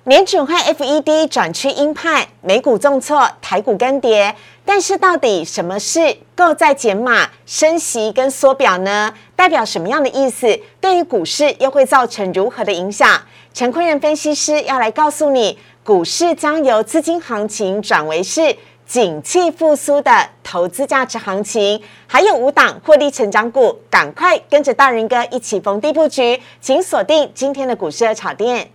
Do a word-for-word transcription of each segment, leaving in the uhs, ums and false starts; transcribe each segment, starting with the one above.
联准会 F E D 转趋鹰派，美股重挫，台股跟跌。但是到底什么是购债减码、升息跟缩表呢？代表什么样的意思？对于股市又会造成如何的影响？陈坤仁分析师要来告诉你，股市将由资金行情转为是景气复苏的投资价值行情。还有五档获利成长股，赶快跟着大人哥一起逢低布局，请锁定今天的股市热炒店。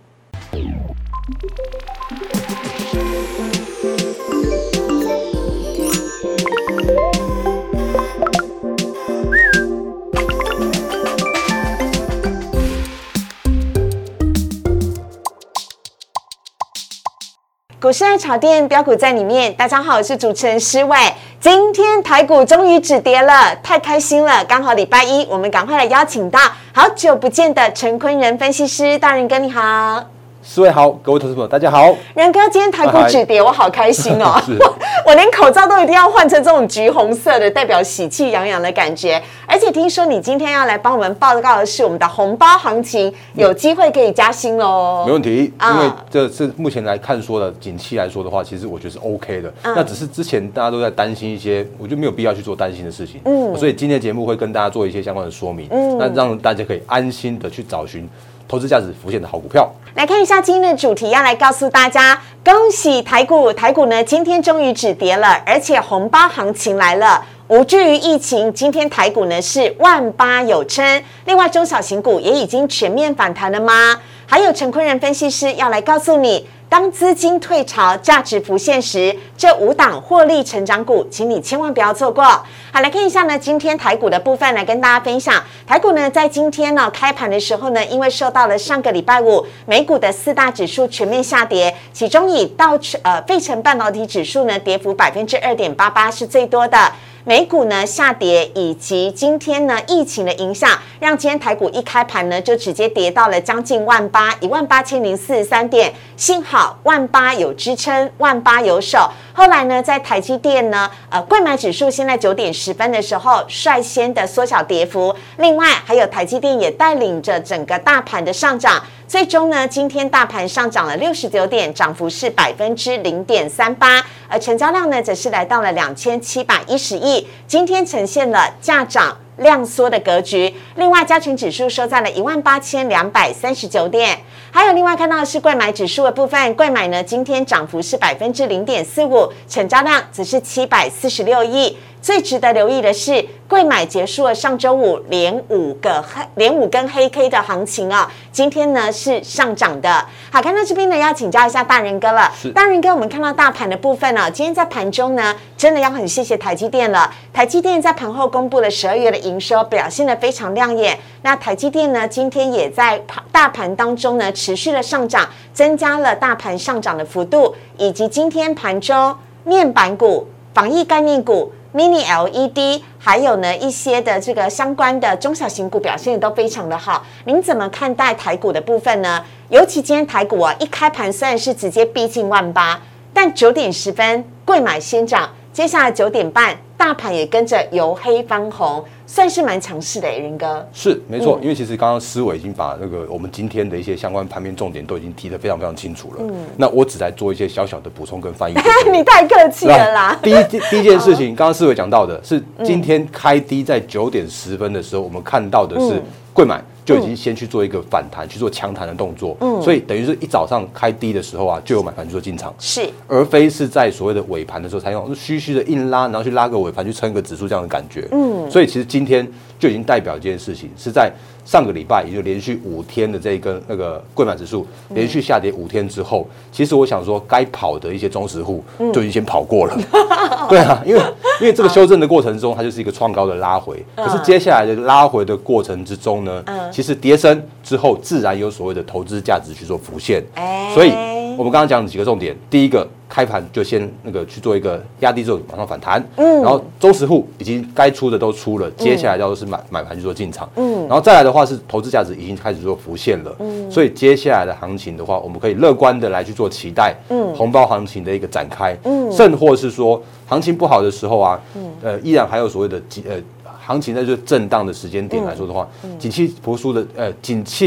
股市热炒店，标股在里面。大家好，我是主持人施伟。今天台股终于止跌了，太开心了！刚好礼拜一，我们赶快来邀请到好久不见的陈坤仁分析师，大人哥你好。 施伟好，各位投资朋友大家好。 仁哥，今天台股止跌，我好开心哦！我我连口罩都一定要换成这种橘红色的，代表喜气洋洋的感觉。而且听说你今天要来帮我们报告的是我们的红包行情，有机会可以加薪喽。 没问题，因为这是目前来看说的景气来说的话，其实我觉得是 OK 的。嗯、那只是之前大家都在担心一些，我觉得没有必要去做担心的事情。嗯，所以今天的节目会跟大家做一些相关的说明，嗯，那让大家可以安心的去找寻投资价值浮现的好股票。 来看一下今天的主题，要来告诉大家，恭喜台股，台股呢今天终于止跌了，而且红包行情来了。无惧于疫情，今天台股呢是万八有撑。另外，中小型股也已经全面反弹了吗？还有陈坤仁分析师要来告诉你，当资金退潮、价值浮现时，这五档获利成长股，请你千万不要错过。好，来看一下呢，今天台股的部分，来跟大家分享。台股呢，在今天呢开盘的时候呢，因为受到了上个礼拜五美股的四大指数全面下跌，其中以道呃费城半导体指数呢跌幅百分之二点八八是最多的。美股呢下跌，以及今天呢疫情的影响，让今天台股一开盘呢就直接跌到了将近万八，一万八千零四十三点。幸好万八有支撑，万八有守。后来呢，在台积电呢，呃，柜买指数现在九点十分的时候率先的缩小跌幅，另外还有台积电也带领着整个大盘的上涨。最终呢，今天大盘上涨了六十九点，涨幅是百分之零点三八，而成交量呢，则是来到了两千七百一十亿。今天呈现了价涨量缩的格局。另外，加权指数收在了一万八千两百三十九点。还有另外看到的是柜买指数的部分，柜买呢今天涨幅是百分之零点四五，成交量只是七百四十六亿。最值得留意的是，柜买结束了上周五连五个黑连五根黑 K 的行情啊，今天呢是上涨的。好，看到这边呢，要请教一下大人哥了。大人哥，我们看到大盘的部分呢、啊，今天在盘中呢，真的要很谢谢台积电了。台积电在盘后公布了十二月的营收，表现得非常亮眼。那台积电呢，今天也在大盘当中呢持续的上涨，增加了大盘上涨的幅度，以及今天盘中面板股、防疫概念股、Mini L E D， 还有呢一些的这个相关的中小型股表现都非常的好。您怎么看待台股的部分呢？尤其今天台股啊，一开盘虽然是直接逼近万八，但九点十分柜买先涨，接下来九点半大盘也跟着由黑翻红，算是蛮强势的诶，仁哥。 是没错、嗯，因为其实刚刚施伟已经把那个我们今天的一些相关盘面重点都已经提得非常非常清楚了。嗯，那我只来做一些小小的补充跟翻译。 你太客气了啦。 第一第一件事情，刚刚施伟讲到的是今天开低在九点十分的时候，我们看到的是柜买就已经先去做一个反弹，去做强弹的动作。嗯，所以等于是一早上开低的时候啊，就有买盘去做进场，是，而非是在所谓的尾盘的时候才用虚虚的硬拉，然后去拉个尾盘去撑个指数这样的感觉。嗯，所以其实今天就已经代表一件事情，是在上个礼拜也就连续五天的这一根那个柜买指数连续下跌五天之后，其实我想说该跑的一些中实户就已经先跑过了。嗯、对啊，因为因为这个修正的过程中，它就是一个创高的拉回，可是接下来的拉回的过程之中呢，嗯、其实跌升之后自然有所谓的投资价值去做浮现，欸、所以我们刚刚讲几个重点，第一个。开盘就先那个去做一个压低之后马上反弹，嗯，然后中实户已经该出的都出了，接下来要是买买盘去做进场，嗯，然后再来的话是投资价值已经开始做浮现了，嗯，所以接下来的行情的话，我们可以乐观的来去做期待，嗯，红包行情的一个展开，嗯，甚或是说行情不好的时候啊，嗯，呃，依然还有所谓的呃行情在这震荡的时间点来说的话，景气复苏的呃景气。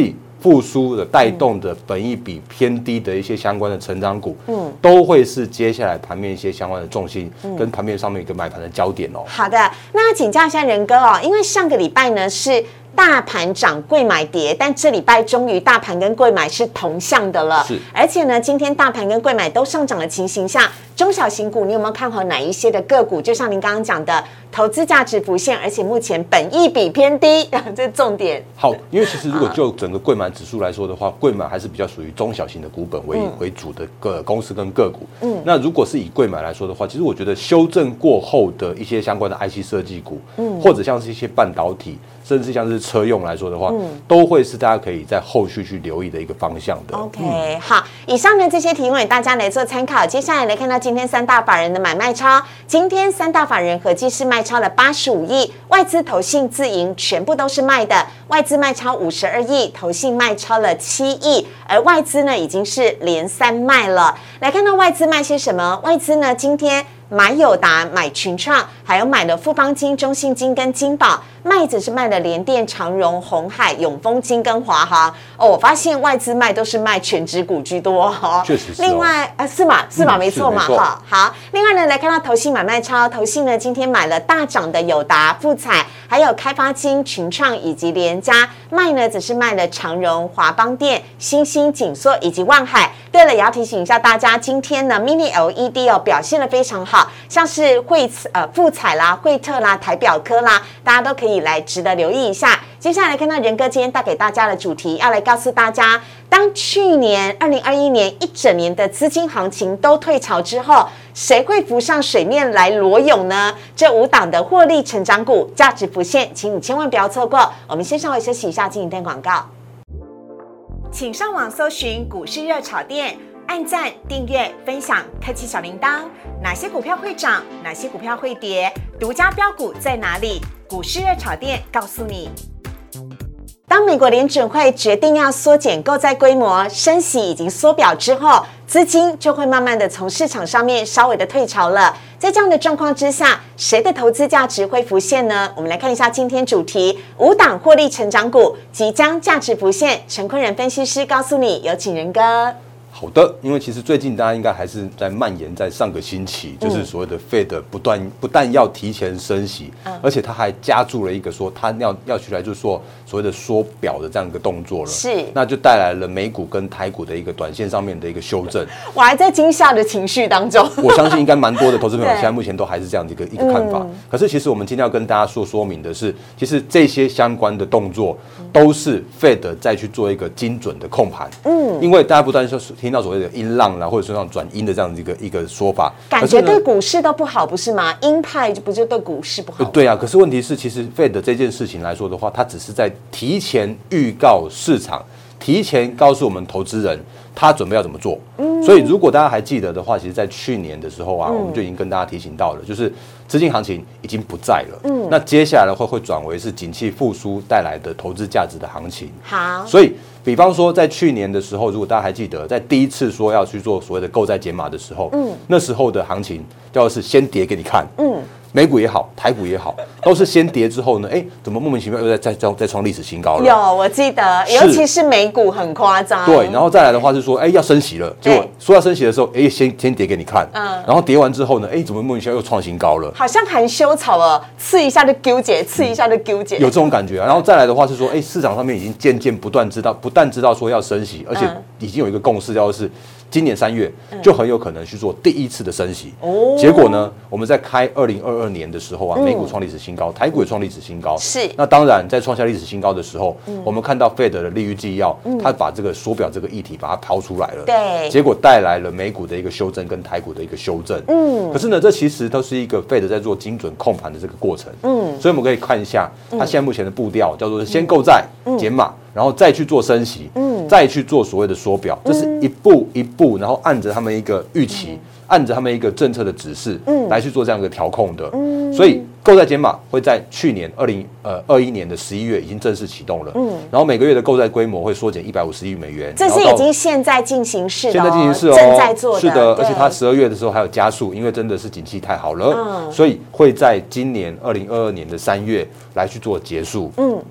复苏的带动的本益比偏低的一些相关的成长股，嗯，都会是接下来盘面一些相关的重心，嗯、跟盘面上面一个买盘的焦点哦。 好的，那请教一下仁哥哦，因为上个礼拜呢是大盘涨贵买跌，但这礼拜终于大盘跟贵买是同向的了， 是， 而且呢，今天大盘跟贵买都上涨的情形下，中小型股你有没有看好哪一些的个股？就像您刚刚讲的，投资价值浮现，而且目前本益比偏低，这是重点。 好，因为其实如果就整个贵买指数来说的话，贵买还是比较属于中小型的股本为、嗯、为主的个公司跟个股。嗯，那如果是以贵买来说的话，其实我觉得修正过后的一些相关的 I C 设计股，嗯，或者像是一些半导体，甚至像是车用来说的话，嗯、都会是大家可以在后续去留意的一个方向的。 OK，、嗯、好，以上呢这些提供给大家来做参考。接下来来看到今天三大法人的买卖超，今天三大法人合计是卖超了八十五亿，外资、投信、自营全部都是卖的，外资卖超五十二亿，投信卖超了七亿，而外资呢已经是连三卖了。来看到外资卖些什么？外资呢今天买友达、买群创，还有买了富邦金、中信金跟金宝。卖子是卖了联电、长荣、鸿海、永丰金跟华航。哦，我发现外资卖都是卖全指股居多哦。 确实是、哦。 另外啊，是嘛是嘛、嗯，没错嘛哈。好，另外呢，来看到投信买卖超，投信呢今天买了大涨的友达、富彩，还有开发金、群创以及联嘉。卖呢只是卖了长荣、华邦电、新兴、景硕以及万海。对了，也要提醒一下大家，今天呢 Mini L E D 哦表现得非常好，像是惠呃富彩啦、惠特啦、台表科啦，大家都可以来值得留意一下。接下来看到仁哥今天带给大家的主题，要来告诉大家，当去年二零二一年一整年的资金行情都退潮之后，谁会浮上水面来裸泳呢？这五档的获利成长股价值浮现，请你千万不要错过。我们先稍微休息一下，进一段广告。请上网搜寻股市热炒店，按赞、订阅、分享，开启小铃铛。哪些股票会涨？哪些股票会跌？独家标股在哪里？股市热炒店告诉你。当美国联准会决定要缩减购债规模，升息已经缩表之后，资金就会慢慢的从市场上面稍微的退潮了。在这样的状况之下，谁的投资价值会浮现呢？我们来看一下今天主题，五档获利成长股即将价值浮现。陈坤仁分析师告诉你，有请仁哥。 好的，因为其实最近大家应该还是在蔓延，在上个星期，嗯、就是所谓的 Fed 不断不但要提前升息，嗯、而且他还加注了一个说他要要去来就是说所谓的缩表的这样一个动作了， 是， 那就带来了美股跟台股的一个短线上面的一个修正。 我还在惊吓的情绪当中， 我相信应该蛮多的投资朋友现在目前都还是这样的一个一个看法。嗯、可是其实我们今天要跟大家说说明的是，其实这些相关的动作都是 Fed 再去做一个精准的控盘，嗯，因为大家不断说听到所谓的阴浪啦，或者说像转阴的这样的一个一个说法， 感觉对股市都不好，不是吗？鹰派就不就对股市不好？ 对啊，可是问题是，其实 Fed 这件事情来说的话，它只是在提前预告市场，提前告诉我们投资人他准备要怎么做。嗯，所以如果大家还记得的话，其实在去年的时候啊，嗯、我们就已经跟大家提醒到了，就是资金行情已经不在了。嗯，那接下来的话会转为是景气复苏带来的投资价值的行情。 好， 所以比方说在去年的时候，如果大家还记得，在第一次说要去做所谓的购债减码的时候，嗯，那时候的行情就是先跌给你看，嗯。美股也好，台股也好，都是先跌之后呢，哎，怎么莫名其妙又在再再再创历史新高了？ 有，我记得，尤其是美股很夸张。 对，然后再来的话是说，哎，要升息了，结果说要升息的时候，哎，先先跌给你看，嗯，然后跌完之后呢，哎，怎么莫名其妙又创新高了？ 好像含羞草了，刺一下就纠结，刺一下就纠结， 有这种感觉啊。然后再来的话是说，哎，市场上面已经渐渐不断知道，不但知道说要升息，而且已经有一个共识，就是今年三月就很有可能去做第一次的升息。哦，结果呢，我们在开二零二二年的时候啊。美股创历史新高，台股也创历史新高。 是， 那当然，在创下历史新高的时候，嗯、我们看到 Fed 的利率纪要，嗯、它把这个缩表这个议题把它抛出来了。 对， 结果带来了美股的一个修正跟台股的一个修正。嗯，可是呢，这其实都是一个 Fed 在做精准控盘的这个过程。嗯，所以我们可以看一下它现在目前的步调，叫做先购债、减码，然后再去做升息，嗯，再去做所谓的缩表，这是一步一步，然后按着他们一个预期。嗯按着他们一个政策的指示，嗯，来去做这样一个调控的，嗯，所以购债减码会在去年二零呃二一年的十一月已经正式启动了，嗯，然后每个月的购债规模会缩减一百五十亿美元， 这是已经现在进行式的、哦， 现在进行式哦， 正在做的， 是的，而且它十二月的时候还有加速，因为真的是景气太好了，嗯，所以会在今年二零二二年的三月来去做结束，嗯。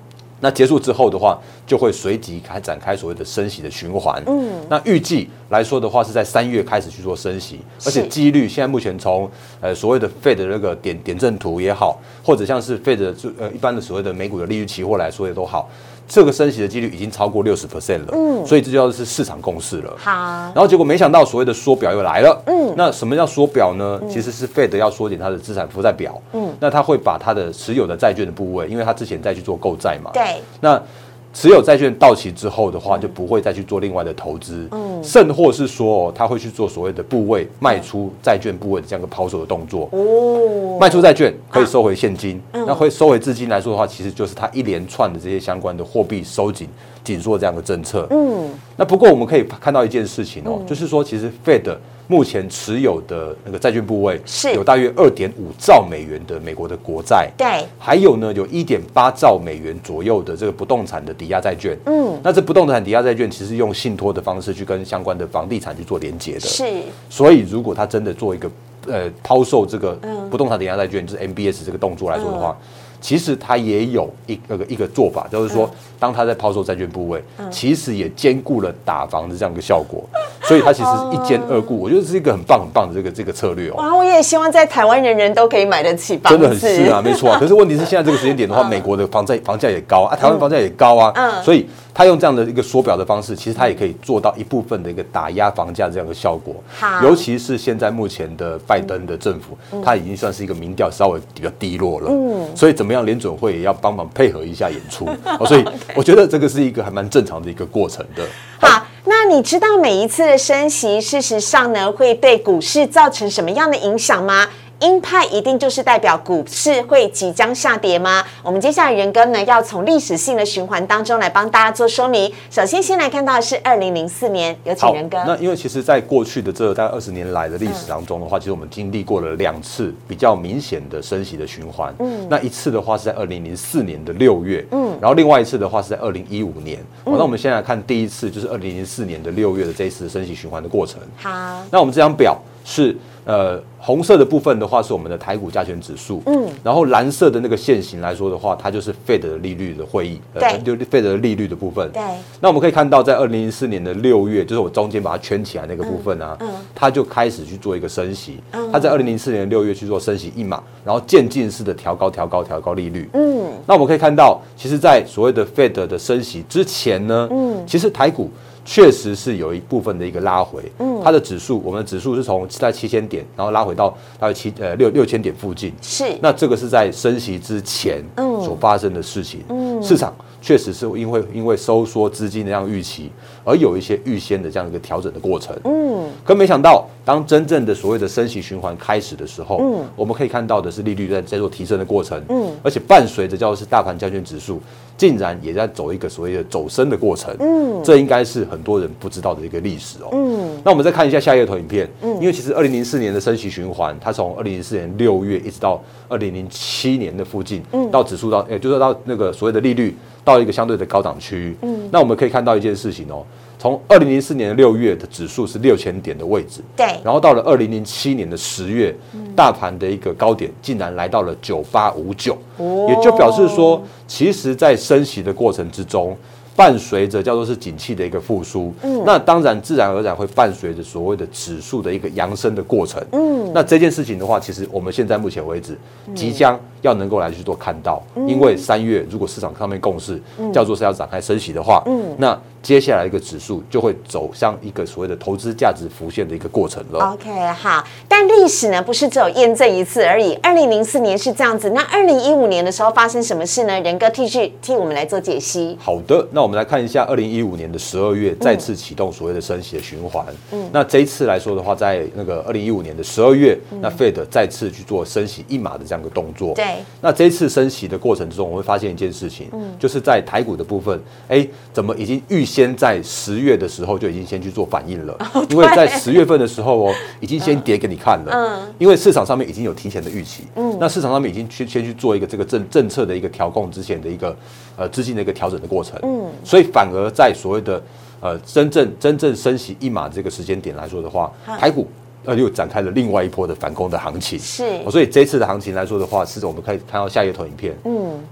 那结束之后的话，就会随即开展开所谓的升息的循环。嗯，那预计来说的话，是在三月开始去做升息，而且几率现在目前从呃所谓的 Fed 的那个点点阵图也好，或者像是 Fed 的呃一般的所谓的美股的利率期货来说也都好，这个升息的几率已经超过 百分之六十 了。嗯，所以这就要是市场共识了。 好， 然后结果没想到所谓的缩表又来了。嗯，那什么叫缩表呢？嗯、其实是 Fed 要缩减它的资产负债表。嗯，那它会把它的持有的债券的部位，因为它之前再去做购债嘛。 对， 那持有债券到期之后的话，就不会再去做另外的投资，嗯，甚或是说、哦、他会去做所谓的部位卖出债券部位的这样一个抛售的动作。哦，卖出债券可以收回现金，啊嗯、那会收回资金来说的话，其实就是它一连串的这些相关的货币收紧、紧缩这样的政策。嗯，那不过我们可以看到一件事情哦，嗯、就是说其实 Fed 目前持有的那个债券部位是有大约 二点五兆美元的美国的国债， 对， 还有呢有 一点八兆美元左右的这个不动产的抵押债券。嗯，那这不动产抵押债券其实用信托的方式去跟相关的房地产去做连结的， 是。 所以如果他真的做一个呃抛售这个不动产抵押债券，就是 M B S 这个动作来说的话。嗯，其实它也有一个一个做法，就是说，当它在抛售债券部位，嗯、其实也兼顾了打房的这样一个效果，所以它其实是一兼二顾，我觉得是一个很棒很棒的这个这个策略哦。 哇，我也希望在台湾人人都可以买得起房子， 真的很是啊，没错啊。可是问题是现在这个时间点的话，嗯、美国的房价房价也高啊，台湾房价也高啊，嗯、所以他用这样的一个缩表的方式，其实他也可以做到一部分的一个打压房价这样的效果。好，尤其是现在目前的拜登的政府，嗯、他已经算是一个民调稍微比较低落了，嗯，所以怎么样，联准会也要帮忙配合一下演出，哦、所以我觉得这个是一个还蛮正常的一个过程的。 好，那你知道每一次的升息，事实上呢，会对股市造成什么样的影响吗？鹰派一定就是代表股市会即将下跌吗？我们接下来仁哥呢要从历史性的循环当中来帮大家做说明。首先先来看到的是二零零四年，有请仁哥。 那因为其实在过去的这大概二十年来的历史当中的话，嗯、其实我们经历过了两次比较明显的升息的循环。嗯，那一次的话是在二零零四年的六月，嗯，然后另外一次的话是在二零一五年。嗯、那我们先来看第一次，就是二零零四年的六月的这一次升息循环的过程。 好， 那我们这张表是。呃，红色的部分的话是我们的台股加权指数，嗯，然后蓝色的那个线型来说的话，它就是 Fed 的利率的会议， 对， 就 Fed 的利率的部分， 对。 那我们可以看到，在二零零四年的六月，就是我中间把它圈起来那个部分啊，嗯，嗯它就开始去做一个升息，嗯，它在二零零四年六月去做升息一码，然后渐进式的调高、调高、调高利率，嗯。那我们可以看到，其实，在所谓的 Fed 的升息之前呢，嗯，其实台股。确实是有一部分的一个拉回，嗯，它的指数，我们的指数是从在七千点，然后拉回到大概七呃六六千点附近， 是。 那这个是在升息之前所发生的事情，嗯，市场确实是因为因为收缩资金的这样预期，而有一些预先的这样一个调整的过程，嗯，可没想到，当真正的所谓的升息循环开始的时候，嗯，我们可以看到的是利率在在做提升的过程，嗯，而且伴随着叫做是大盘加权指数。竟然也在走一个所谓的走升的过程，嗯，这应该是很多人不知道的一个历史哦，嗯，那我们再看一下下一个投影片，嗯，因为其实二零零四年的升息循环，它从二零零四年六月一直到二零零七年的附近，嗯，到指数到，也就是到那个所谓的利率到一个相对的高档区，嗯，那我们可以看到一件事情哦。从二零零四年的六月的指数是六千点的位置， 对， 然后到了二零零七年的十月，嗯、大盘的一个高点竟然来到了九八五九，也就表示说，其实，在升息的过程之中，伴随着叫做是景气的一个复苏，嗯，那当然自然而然会伴随着所谓的指数的一个扬升的过程，嗯，那这件事情的话，其实我们现在目前为止，即将要能够来去做看到，嗯、因为三月如果市场上面共识、嗯、叫做是要展开升息的话，嗯，那接下来一个指数就会走向一个所谓的投资价值浮现的一个过程了。 OK， 好，但历史呢不是只有验证一次而已。二零零四年是这样子，那二零一五年的时候发生什么事呢？仁哥继续替我们来做解析。 好的，那我们来看一下二零一五年的十二月再次启动所谓的升息的循环。嗯，那这一次来说的话，在那个二零一五年的十二月，嗯、那 Fed 再次去做升息一码的这样一个动作。 对， 那这一次升息的过程之中，我会发现一件事情，嗯、就是在台股的部分，哎，怎么已经预先在十月的时候就已经先去做反应了？哦、因为在十月份的时候哦，已经先跌给你看了。嗯，因为市场上面已经有提前的预期。嗯，那市场上面已经去先去做一个这个政政策的一个调控之前的一个呃资金的一个调整的过程。嗯，所以反而在所谓的呃真正真正升息一码这个时间点来说的话，台股。呃，又展开了另外一波的反攻的行情， 是， 所以这次的行情来说的话，是我们可以看到下一个投影片，嗯，在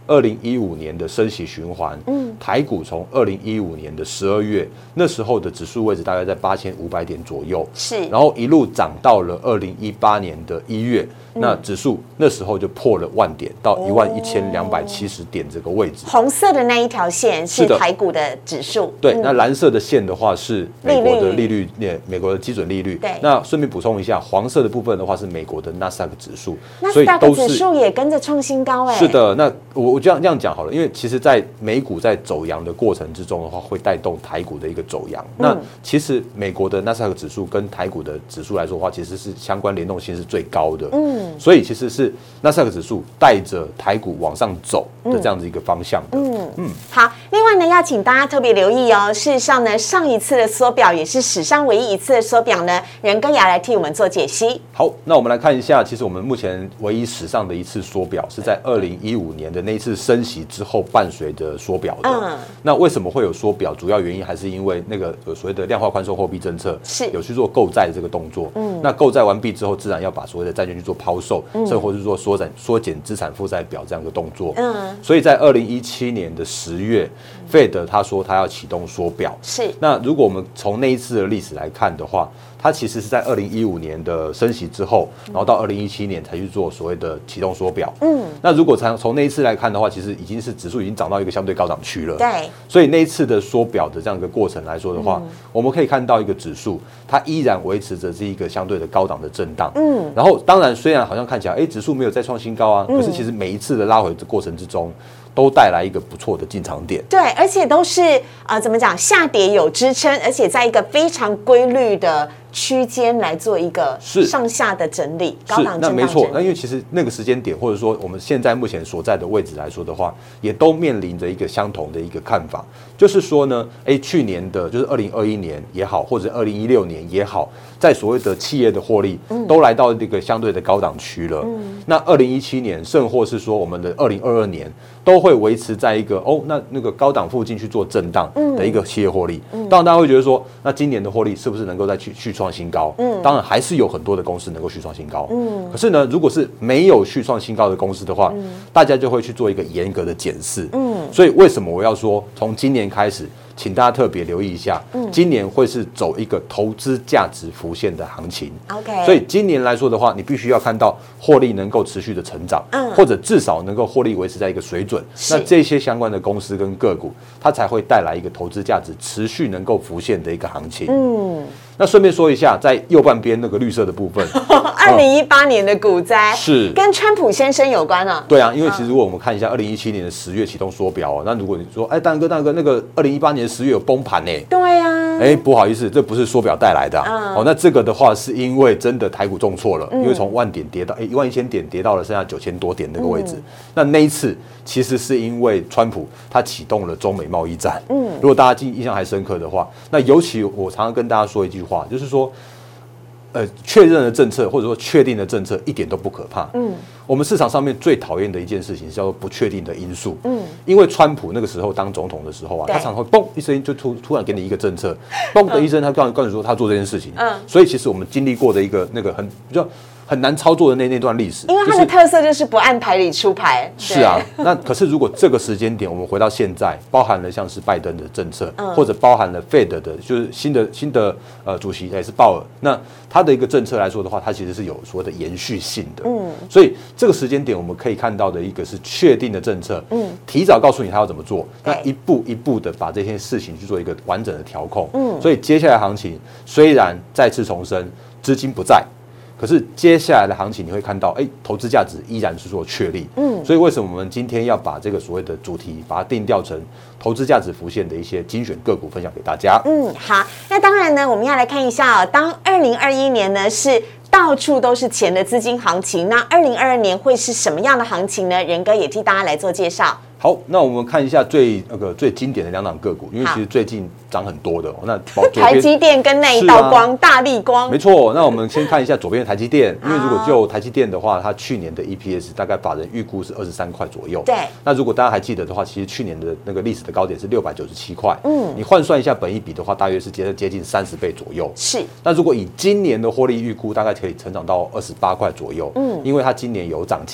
二零一五年的升息循环，嗯，台股从二零一五年的十二月那时候的指数位置大概在八千五百点左右， 是， 然后一路涨到了二零一八年的一月，嗯、那指数那时候就破了万点，到一万一千两百七十点这个位置。 红色的那一条线是台股的指数， 对，嗯、那蓝色的线的话是美国的利率，美国的基准利率。 对， 那顺便补充一下，黄色的部分的话是美国的纳斯达克指数， 所以都是指数也跟着创新高哎。 是的，那我我这样这样讲好了，因为其实，在美股在走阳的过程之中的话，会带动台股的一个走阳。嗯、那其实美国的纳斯达克指数跟台股的指数来说的话，其实是相关联动性是最高的。嗯，所以其实是纳斯达克指数带着台股往上走的这样子一个方向的。嗯嗯，好。另外呢，要请大家特别留意哦。事实上呢，上一次的缩表也是史上唯一一次的缩表呢，仁哥也要来替我们做解析。 好，那我们来看一下，其实我们目前唯一史上的一次缩表是在二零一五年的那一次升息之后伴随着缩表的。嗯，那为什么会有缩表？主要原因还是因为那个所谓的量化宽松货币政策是有去做购债的这个动作。嗯，那购债完毕之后，自然要把所谓的债券去做抛售，嗯、甚或是做缩减缩减资产负债表这样的动作。嗯，所以在二零一七年的十月 ，Fed 他说他要启动缩表。 是， 那如果我们从那一次的历史来看的话，它其实是在二零一五年的升息之后，然后到二零一七年才去做所谓的启动缩表。嗯，那如果从从那一次来看的话，其实已经是指数已经涨到一个相对高档区了。 对， 所以那一次的缩表的这样一个过程来说的话，嗯、我们可以看到一个指数，它依然维持着这一个相对的高档的震荡。嗯，然后当然虽然好像看起来，哎，指数没有再创新高啊，嗯、可是其实每一次的拉回的过程之中，都带来一个不错的进场点。 对，而且都是呃怎么讲，下跌有支撑，而且在一个非常规律的区间来做一个上下的整理，高档震荡整理。 那没错，那因为其实那个时间点，或者说我们现在目前所在的位置来说的话，也都面临着一个相同的一个看法，就是说呢，哎，去年的就是二零二一年也好，或者二零一六年也好，在所谓的企业的获利，嗯、都来到这个相对的高档区了。嗯、那二零一七年，甚或是说我们的二零二二年，都会维持在一个哦，那那个高档附近去做震荡的一个企业获利。嗯、当然，大家会觉得说，那今年的获利是不是能够再去去创新高？嗯，当然还是有很多的公司能够续创新高。嗯，可是呢，如果是没有续创新高的公司的话，嗯、大家就会去做一个严格的检视。嗯，所以为什么我要说从今年开始？请大家特别留意一下，嗯、今年会是走一个投资价值浮现的行情。 OK， 所以今年来说的话，你必须要看到获利能够持续的成长，嗯、或者至少能够获利维持在一个水准。那这些相关的公司跟个股，它才会带来一个投资价值持续能够浮现的一个行情。嗯。那顺便说一下，在右半边那个绿色的部分， 二零一八年的股灾是跟川普先生有关啊。 对啊，因为其实如果我们看一下二零一七年的十月启动缩表，那如果你说，哎，大哥大哥，那个二零一八年十月有崩盘呢？ 对啊， 哎，不好意思，这不是缩表带来的、啊。嗯、哦，那这个的话是因为真的台股重挫了，嗯、因为从万点跌到哎一万一千点跌到了剩下九千多点那个位置。嗯、那那一次其实是因为川普他启动了中美贸易战。嗯，如果大家印象还深刻的话，那尤其我常常跟大家说一句话，就是说，呃，确认的政策或者说确定的政策一点都不可怕。嗯，我们市场上面最讨厌的一件事情是叫做不确定的因素。嗯，因为川普那个时候当总统的时候啊，他常常会嘣一声就突突然给你一个政策，嘣的一声他告告诉你说他做这件事情。嗯，所以其实我们经历过的一个那个很比较。很难操作的那那段历史， 因为它的特色就是不按牌理出牌。 是啊，那可是如果这个时间点我们回到现在，包含了像是拜登的政策，嗯、或者包含了 Fed 的，就是新的新的呃主席也是鲍尔，那他的一个政策来说的话，它其实是有所谓的延续性的。嗯，所以这个时间点我们可以看到的一个是确定的政策，嗯，提早告诉你他要怎么做，那一步一步的把这些事情去做一个完整的调控。嗯，所以接下来行情虽然再次重申资金不在。可是接下来的行情你会看到，哎，投资价值依然是做确立。嗯，所以为什么我们今天要把这个所谓的主题把它定调成投资价值浮现的一些精选个股分享给大家？ 嗯，好，那当然呢，我们要来看一下哦，当二零二一年呢是到处都是钱的资金行情，那二零二二年会是什么样的行情呢？仁哥也替大家来做介绍。 好，那我们看一下最那个最经典的两档个股，因为其实最近涨很多的。那台积电跟那一道光、啊、大立光， 没错。那我们先看一下左边的台积电，因为如果就台积电的话，它去年的 E P S 大概法人预估是二十三块左右。 对。 那如果大家还记得的话，其实去年的那个历史的高点是六百九十七块。嗯。你换算一下本益比的话，大约是接接近三十倍左右。 是。 那如果以今年的获利预估，大概可以成长到二十八块左右。嗯。因为它今年有涨价。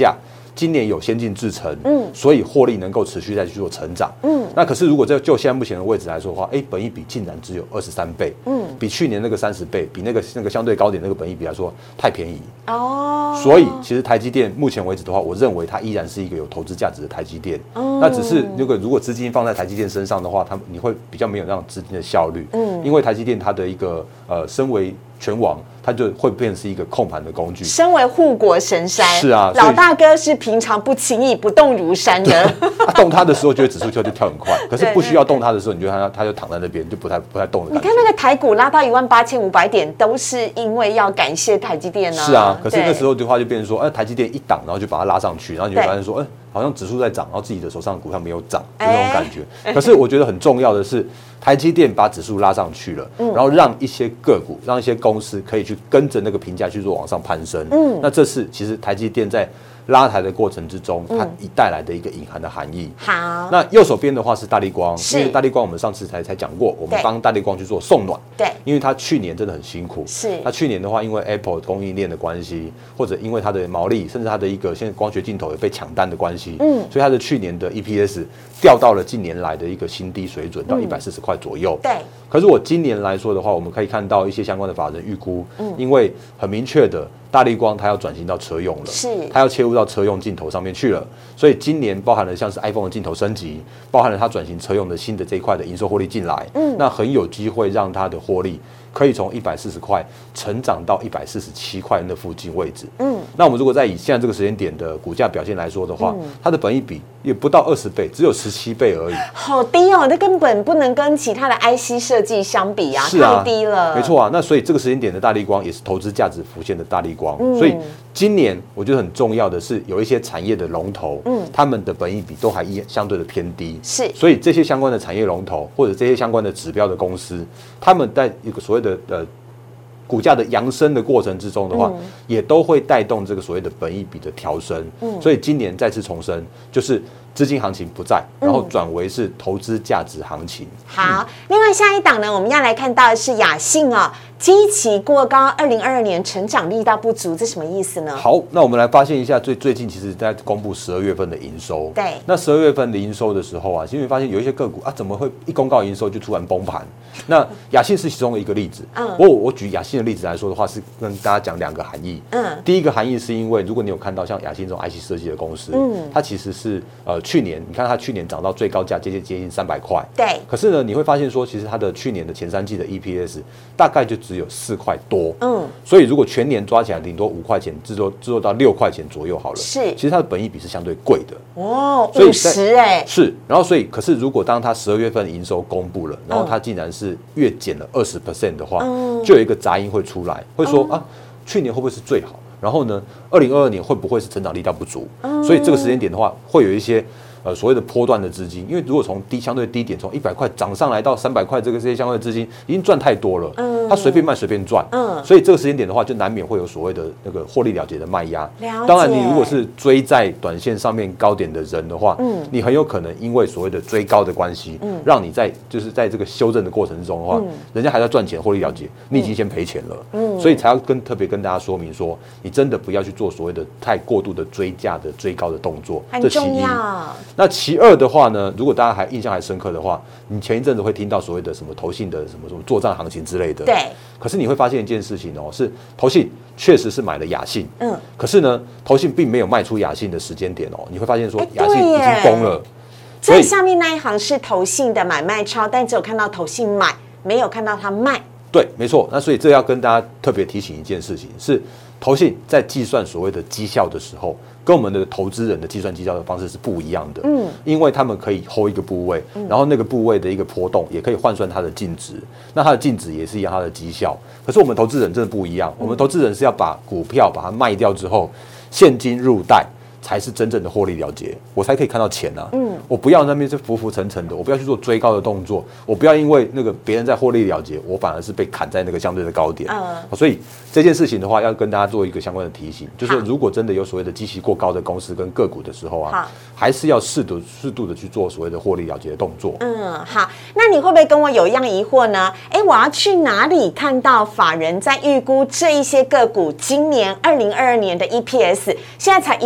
今年有先进制程，嗯，所以获利能够持续再去做成长，嗯，那可是如果这就现在目前的位置来说的话，哎，本益比竟然只有二十三倍，嗯，比去年那个三十倍，比那个那个相对高点那个本益比来说太便宜哦，所以其实台积电目前为止的话，我认为它依然是一个有投资价值的台积电，嗯，那只是如果如果资金放在台积电身上的话，它你会比较没有那种资金的效率，嗯，因为台积电它的一个呃身为全网，它就会变成是一个控盘的工具。 身为护国神山， 是啊， 老大哥是平常不轻易不动如山的。 啊、动它的时候，觉得指数就就跳很快，可是不需要动它的时候，你就看它它就躺在那边，就不太不太动的感觉。 你看那个台股拉到一万八千五百点，都是因为要感谢台积电呢、啊。 是啊，可是那时候的话就变成说，哎、呃，台积电一档，然后就把它拉上去，然后你就发现说，哎、呃，好像指数在涨，然后自己的手上的股票没有涨，就那种感觉。欸、可是我觉得很重要的是。台积电把指数拉上去了，嗯、然后让一些个股、让一些公司可以去跟着那个评价去做往上攀升。嗯，那这是其实台积电在拉抬的过程之中，它一带来的一个隐含的含义。 好， 那右手边的话是大立光，因为大立光我们上次才才讲过，我们帮大立光去做送暖。对，因为它去年真的很辛苦。是，它去年的话，因为 Apple 供应链的关系，或者因为它的毛利，甚至它的一个现在光学镜头也被抢单的关系，嗯，所以它的去年的 E P S 掉到了近年来的一个新低水准，到一百四十块左右。对。可是我今年来说的话，我们可以看到一些相关的法人预估，嗯，因为很明确的，大立光它要转型到车用了，是，它要切入到车用镜头上面去了，所以今年包含了像是 iPhone 的镜头升级，包含了它转型车用的新的这一块的营收获利进来，嗯，那很有机会让它的获利可以从一百四十块成长到一百四十七块那附近位置，嗯，那我们如果再以现在这个时间点的股价表现来说的话，嗯、它的本益比也不到二十倍，只有十七倍而已， 好低哦，那根本不能跟其他的 I C 设计相比啊， 是啊， 太低了， 没错啊，那所以这个时间点的大立光也是投资价值浮现的大立光，嗯、所以今年我觉得很重要的是有一些产业的龙头，嗯，他们的本益比都还依相对的偏低，是，所以这些相关的产业龙头或者这些相关的指标的公司，他们在一个所谓的呃股价的扬升的过程之中的话，嗯、也都会带动这个所谓的本益比的调升，嗯，所以今年再次重申，就是资金行情不在，然后转为是投资价值行情。嗯、 好，另外下一档呢，我们要来看到的是雅信哦，基期过高，二零二二年成长力道不足，这什么意思呢？ 好，那我们来发现一下最最近其实在公布十二月份的营收。对，那十二月份的营收的时候啊，其实会发现有一些个股啊，怎么会一公告营收就突然崩盘？那雅信是其中的一个例子。嗯，我我举雅信的例子来说的话，是跟大家讲两个含义。嗯，第一个含义是因为如果你有看到像雅信这种 I C 设计的公司，嗯，它其实是呃去年你看它去年涨到最高价接近接近三百块。对，可是呢，你会发现说，其实它的去年的前三季的 E P S 大概就只有四块多。嗯，所以如果全年抓起来，顶多五块钱，制作制作到六块钱左右好了。是，其实它的本益比是相对贵的。 哦，五十哎。 是，然后所以可是如果当它十二月份营收公布了，然后它竟然是月减了二十 percent 的话，嗯、就有一个杂音会出来，会说、嗯、啊，去年会不会是最好？然后呢，二零二二年会不会是成长力道不足？嗯、所以这个时间点的话，会有一些。呃，所谓的波段的资金，因为如果从低相对低点，从一百块涨上来到三百块，这个这些相关的资金已经赚太多了，嗯，他随便卖随便赚，嗯，所以这个时间点的话，就难免会有所谓的那个获利了结的卖压。了解。当然，你如果是追在短线上面高点的人的话，嗯，你很有可能因为所谓的追高的关系，嗯，让你在就是在这个修正的过程之中的话，嗯、人家还在赚钱获利了结，你已经先赔钱了，嗯，所以才要跟特别跟大家说明说，你真的不要去做所谓的太过度的追价的追高的动作， 很重要。 那其二的话呢，如果大家还印象还深刻的话，你前一阵子会听到所谓的什么投信的什么什么作战行情之类的。对。可是你会发现一件事情哦，是投信确实是买了雅信，嗯，可是呢，投信并没有卖出雅信的时间点哦，你会发现说雅信已经崩了。 所以下面那一行是投信的买卖超，但只有看到投信买，没有看到他卖。 对，没错。那所以这要跟大家特别提醒一件事情是，投信在计算所谓的绩效的时候，跟我们的投资人的计算绩效的方式是不一样的。嗯，因为他们可以 hold 一个部位，然后那个部位的一个波动也可以换算它的净值，那它的净值也是一样它的绩效。可是我们投资人真的不一样，我们投资人是要把股票把它卖掉之后，现金入袋。才是真正的获利了结，我才可以看到钱啊！嗯，我不要那边是浮浮沉沉的，我不要去做追高的动作，我不要因为那个别人在获利了结，我反而是被砍在那个相对的高点。嗯，所以这件事情的话，要跟大家做一个相关的提醒，就是如果真的有所谓的基期过高的公司跟个股的时候啊，还是要适度适度的去做所谓的获利了结的动作。嗯， 好，那你会不会跟我有一样疑惑呢？哎，我要去哪里看到法人在预估这一些个股今年二零二二年的 E P S？ 现在才一月耶。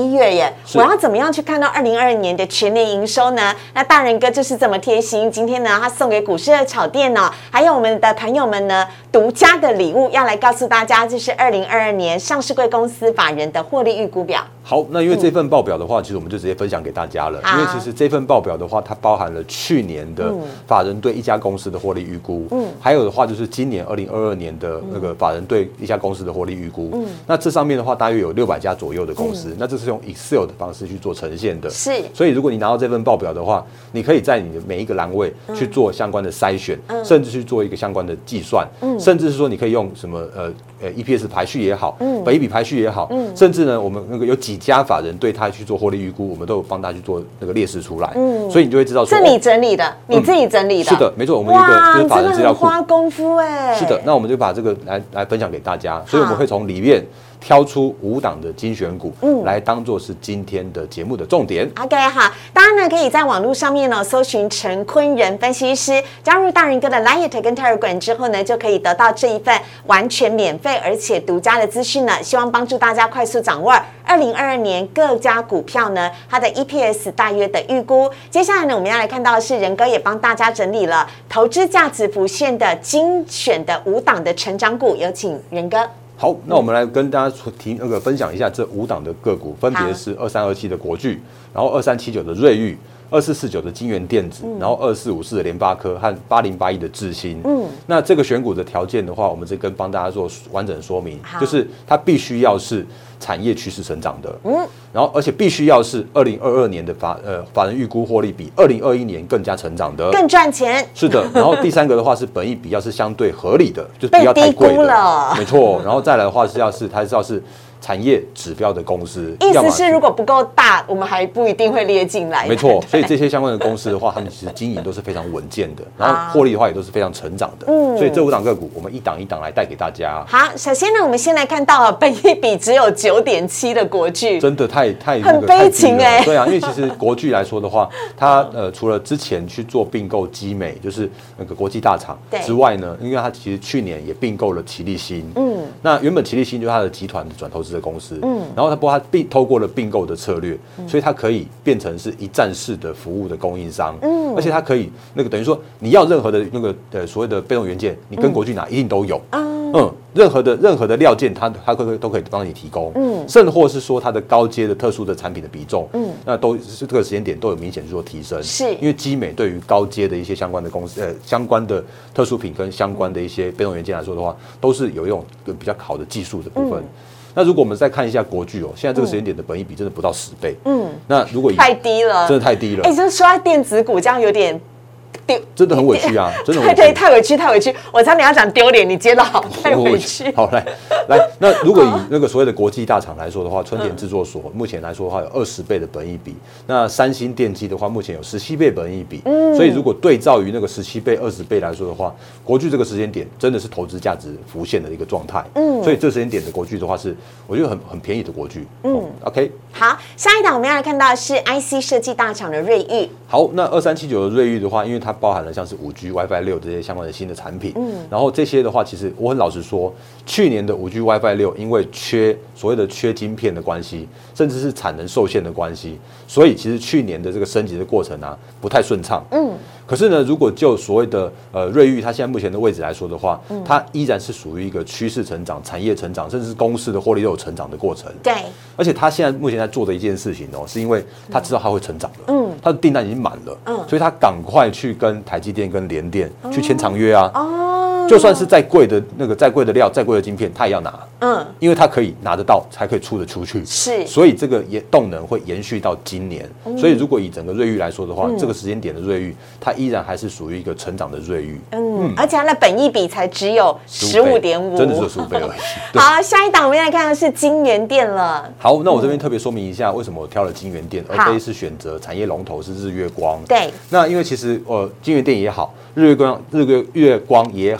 耶。我要怎么样去看到二零二二年的全年营收呢？那大人哥就是这么贴心，今天呢，他送给股市的炒店哦，还有我们的朋友们呢，独家的礼物要来告诉大家，这是二零二二年上市柜公司法人的获利预估表。 好，那因为这份报表的话，嗯、其实我们就直接分享给大家了。因为其实这份报表的话，它包含了去年的法人对一家公司的获利预估，嗯，还有的话就是今年二零二二年的那个法人对一家公司的获利预估。嗯，那这上面的话，大约有六百家左右的公司，嗯、那这是用 Excel 的方式去做呈现的。 是， 所以如果你拿到这份报表的话，你可以在你的每一个栏位去做相关的筛选，嗯、甚至去做一个相关的计算，嗯、甚至是说你可以用什么呃呃 E P S 排序也好，嗯，本益比排序也好，嗯，甚至呢，我们那个有几家法人对他去做获利预估，我们都有帮他去做那个列示出来，嗯，所以你就会知道说， 是你整理的，哦、你自己整理的， 嗯、是的，没错，我们有一个就是法人资料库， 花功夫哎， 是的，那我们就把这个来来分享给大家，所以我们会从里面挑出五档的精选股，嗯，来当做是今天的节目的重点。 OK， 好，大家呢可以在网络上面呢搜寻陈坤仁分析师，加入大人哥的 Line 跟 Telegram 之后呢，就可以得到这一份完全免费而且独家的资讯呢，希望帮助大家快速掌握二零二二年各家股票呢它的 E P S 大约的预估。接下来呢，我们要来看到的是仁哥也帮大家整理了投资价值浮现的精选的五档的成长股，有请仁哥。 好，那我们来跟大家提那个分享一下这五档的个股，分别是二三二七的国巨，然后二三七九的瑞昱，二四四九的金源电子，嗯、然后二四五四的联发科和八零八一的智新。嗯，那这个选股的条件的话，我们这跟帮大家做完整说明，就是它必须要是产业趋势成长的，嗯，然后而且必须要是二零二二年的法呃法人预估获利比二零二一年更加成长的， 更赚钱。 是的，然后第三个的话是本益比要是相对合理的，就是不要太贵的， 了没错。然后再来的话是要是它是要是产业指标的公司， 意思是如果不够大，我们还不一定会列进来。 没错，所以这些相关的公司的话，他们其实经营都是非常稳健的，然后获利的话也都是非常成长的。嗯，所以这五档个股我们一档一档来带给大家。 好，首先呢，我们先来看到本益比只有九点七的国巨， 真的太太很悲情哎、欸。 对啊，因为其实国巨来说的话，它呃除了之前去做并购基美，就是那个国际大厂之外呢，因为它其实去年也并购了奇力新。嗯，那原本奇力新就是它的集团的转投资的公司。嗯。然后它不过它并透过了并购的策略，嗯、所以它可以变成是一站式的服务的供应商，嗯，而且它可以那个等于说你要任何的那个呃所谓的备用元件，你跟国巨拿一定都有，嗯，嗯任何的任何的料件它它会都可以帮你提供，嗯，甚或是说它的高阶的特殊的产品的比重，嗯，那都是这个时间点都有明显去做提升， 是因为基美对于高阶的一些相关的公司呃相关的特殊品跟相关的一些备用元件来说的话，都是有一种比较好的技术的部分。嗯那如果我们再看一下国巨哦，现在这个时间点的本益比真的不到十倍，嗯，那如果太低了， 真的太低了， 哎、欸，就是说到电子股这样有点丢， 真的很委屈啊，真的很委屈， 对对，太委屈太委屈，我差点要讲丢脸，你接得好，太委屈。 好，来来，那如果以那个所谓的国际大厂来说的话，春田制作所目前来说的话有二十倍的本益比，那三星电机的话目前有十七倍本益比，嗯，所以如果对照于那个十七倍、二十倍来说的话，国巨这个时间点真的是投资价值浮现的一个状态，嗯，所以这时间点的国巨的话是我觉得很很便宜的国巨，嗯 ，OK。 好，下一档我们要来看到的是 I C 设计大厂的瑞昱。 好，那二三七九的瑞昱的话，因为它包含了像是五 G、WiFi 六这些相关的新的产品，嗯，然后这些的话，其实我很老实说，去年的五 G、WiFi 六因为缺所谓的缺晶片的关系，甚至是产能受限的关系，所以其实去年的这个升级的过程啊，不太顺畅，嗯。可是呢，如果就所谓的呃瑞昱它现在目前的位置来说的话，嗯、它依然是属于一个趋势成长、产业成长，甚至是公司的获利都有成长的过程。 对， 而且它现在目前在做的一件事情哦，是因为它知道它会成长了，嗯，它的订单已经满了，嗯，所以它赶快去跟台积电、跟联电去签长约啊，哦，就算是再贵的那个再贵的料、再贵的晶片，它也要拿，嗯，因为它可以拿得到，才可以出得出去， 是， 所以这个也动能会延续到今年。嗯、所以如果以整个瑞昱来说的话，嗯、这个时间点的瑞昱，它依然还是属于一个成长的瑞昱，嗯，嗯而且它的本益比才只有十五点五， 真的是十五倍而已。 好，下一档我们来看的是金源店了。 好，那我这边特别说明一下，为什么我挑了金源店，而非是选择产业龙头是日月光。 对， 那因为其实呃金源店也好，日月光日月月光也好。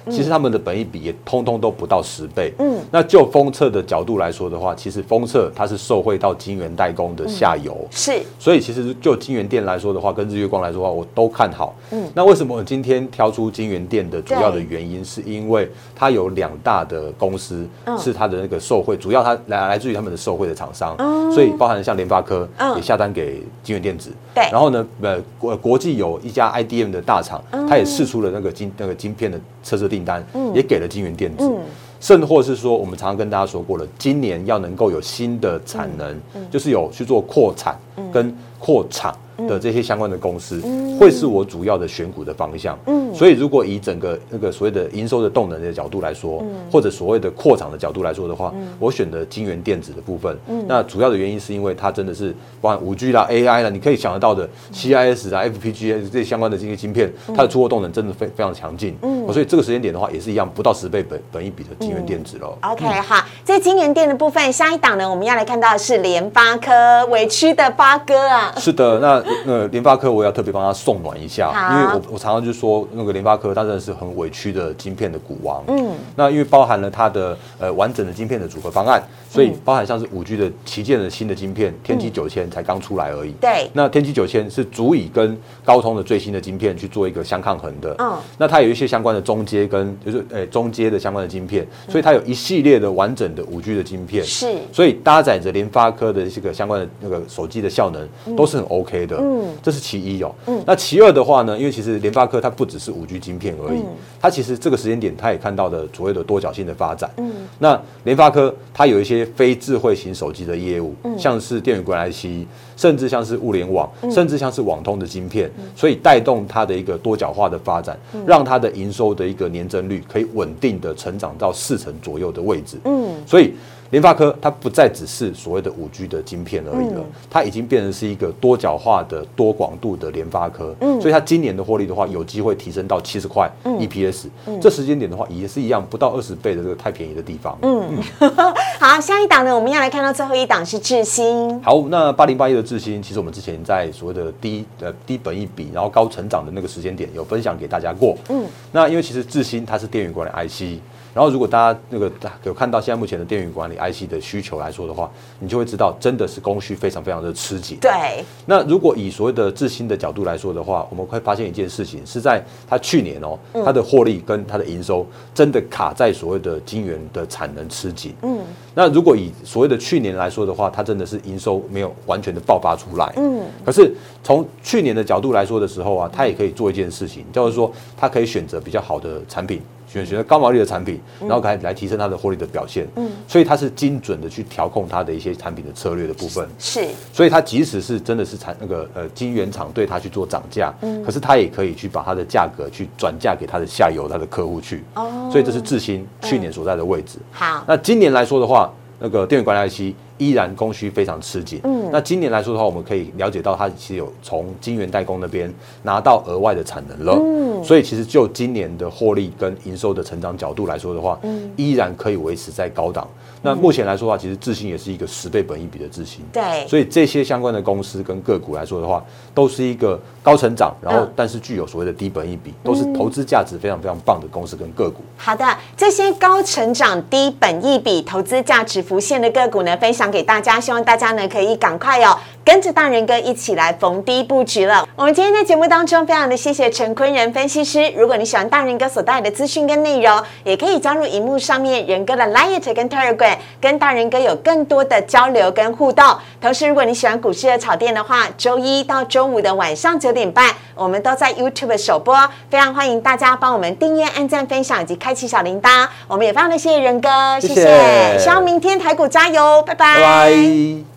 其实他们的本益比也通通都不到十倍。嗯，那就封测的角度来说的话，其实封测它是受惠到晶圆代工的下游， 嗯、是， 所以其实就晶圆店来说的话，跟日月光来说的话，我都看好。嗯，那为什么我今天挑出晶圆店的主要的原因，是因为它有两大的公司是它的那个受惠，主要它来来自于他们的受惠的厂商，嗯、所以包含像联发科也下单给晶圆电子。对，然后呢，呃，国国际有一家 I D M 的大厂，它也释出了那个晶那个晶片的测试订单，嗯、也给了晶圆电子。嗯，甚或是说，我们常常跟大家说过了，今年要能够有新的产能，嗯嗯、就是有去做扩产跟扩厂的这些相关的公司，嗯、会是我主要的选股的方向。嗯，所以如果以整个那个所谓的营收的动能的角度来说，嗯、或者所谓的扩厂的角度来说的话，嗯、我选择晶圆电子的部分。嗯，那主要的原因是因为它真的是包含五 G 啦、A I 啦，你可以想得到的 C I S 啊、F P G A 这些相关的这些晶片，它的出货动能真的非非常强劲。嗯，所以这个时间点的话，也是一样不到十倍本本益比的晶圆电子咯。 嗯、OK， 好，在晶圆电的部分，下一档呢，我们要来看到的是联发科，委屈的发哥啊。 是的，那呃联发科我也要特别帮他送暖一下，因为我我常常就说那个联发科，它真的是很委屈的晶片的股王。嗯，那因为包含了它的呃完整的晶片的组合方案，所以包含像是五 G 的旗舰的新的晶片，天玑九千才刚出来而已。对，那天玑九千是足以跟高通的最新的晶片去做一个相抗衡的。嗯，那它有一些相关的中阶跟就是呃中阶的相关的晶片，所以它有一系列的完整的五 G 的晶片。是，所以搭载着联发科的这个相关的那个手机的效能都是很 OK 的。嗯，这是其一哦。嗯，那其二的话呢，因为其实联发科它不只是五 G 晶片而已，嗯、它其实这个时间点它也看到的所谓的多角性的发展。嗯，那联发科它有一些非智慧型手机的业务，嗯、像是电源管 I C， 甚至像是物联网，嗯、甚至像是网通的晶片，嗯、所以带动它的一个多角化的发展，嗯、让它的营收的一个年增率可以稳定的成长到四成左右的位置。嗯，所以联发科它不再只是所谓的五 G 的晶片而已了，嗯、它已经变成是一个多角化的多广度的联发科，嗯、所以它今年的获利的话，有机会提升到七十块 E P S，嗯、这时间点的话也是一样，不到二十倍的这个太便宜的地方。嗯， 嗯好，下一档呢，我们要来看到最后一档是智新。 好，那八零八一的智新，其实我们之前在所谓的低呃低本益比，然后高成长的那个时间点有分享给大家过。嗯，那因为其实智新它是电源管理 I C。然后，如果大家那个有看到现在目前的电源管理 I C 的需求来说的话，你就会知道真的是供需非常非常的吃紧。对。那如果以所谓的智新的角度来说的话，我们会发现一件事情，是在它去年哦，它的获利跟它的营收真的卡在所谓的晶圆的产能吃紧。嗯。那如果以所谓的去年来说的话，它真的是营收没有完全的爆发出来。嗯。可是从去年的角度来说的时候啊，它也可以做一件事情，叫做说它可以选择比较好的产品。选选择高毛利的产品，然后来来提升它的获利的表现。嗯，所以它是精准的去调控它的一些产品的策略的部分。是，所以它即使是真的是产那个呃晶圆厂对它去做涨价，嗯，可是它也可以去把它的价格去转嫁给它的下游、它的客户去。哦，所以这是智新去年所在的位置。嗯、好，那今年来说的话，那个电源管理 I C 依然供需非常吃紧。嗯，那今年来说的话，我们可以了解到它其实有从晶圆代工那边拿到额外的产能了。嗯，所以其实就今年的获利跟营收的成长角度来说的话，嗯，依然可以维持在高档。那目前来说的话，其实智新也是一个十倍本益比的智新。对，所以这些相关的公司跟个股来说的话，都是一个高成长，然后但是具有所谓的低本益比，都是投资价值非常非常棒的公司跟个股。 好的，这些高成长、低本益比、投资价值浮现的个股呢，分享给大家，希望大家呢可以赶快哦，跟着大人哥一起来逢低布局了。我们今天在节目当中，非常的谢谢陈坤仁分析师。如果你喜欢大人哥所带来的资讯跟内容，也可以加入荧幕上面仁哥的 Line 跟 Telegram， 跟大人哥有更多的交流跟互动。同时，如果你喜欢股市的炒店的话，周一到周五的晚上九点半，我们都在 YouTube 首播，非常欢迎大家帮我们订阅、按赞、分享以及开启小铃铛。我们也非常的谢谢仁哥，谢谢，谢谢希望明天台股加油，拜拜。 拜拜。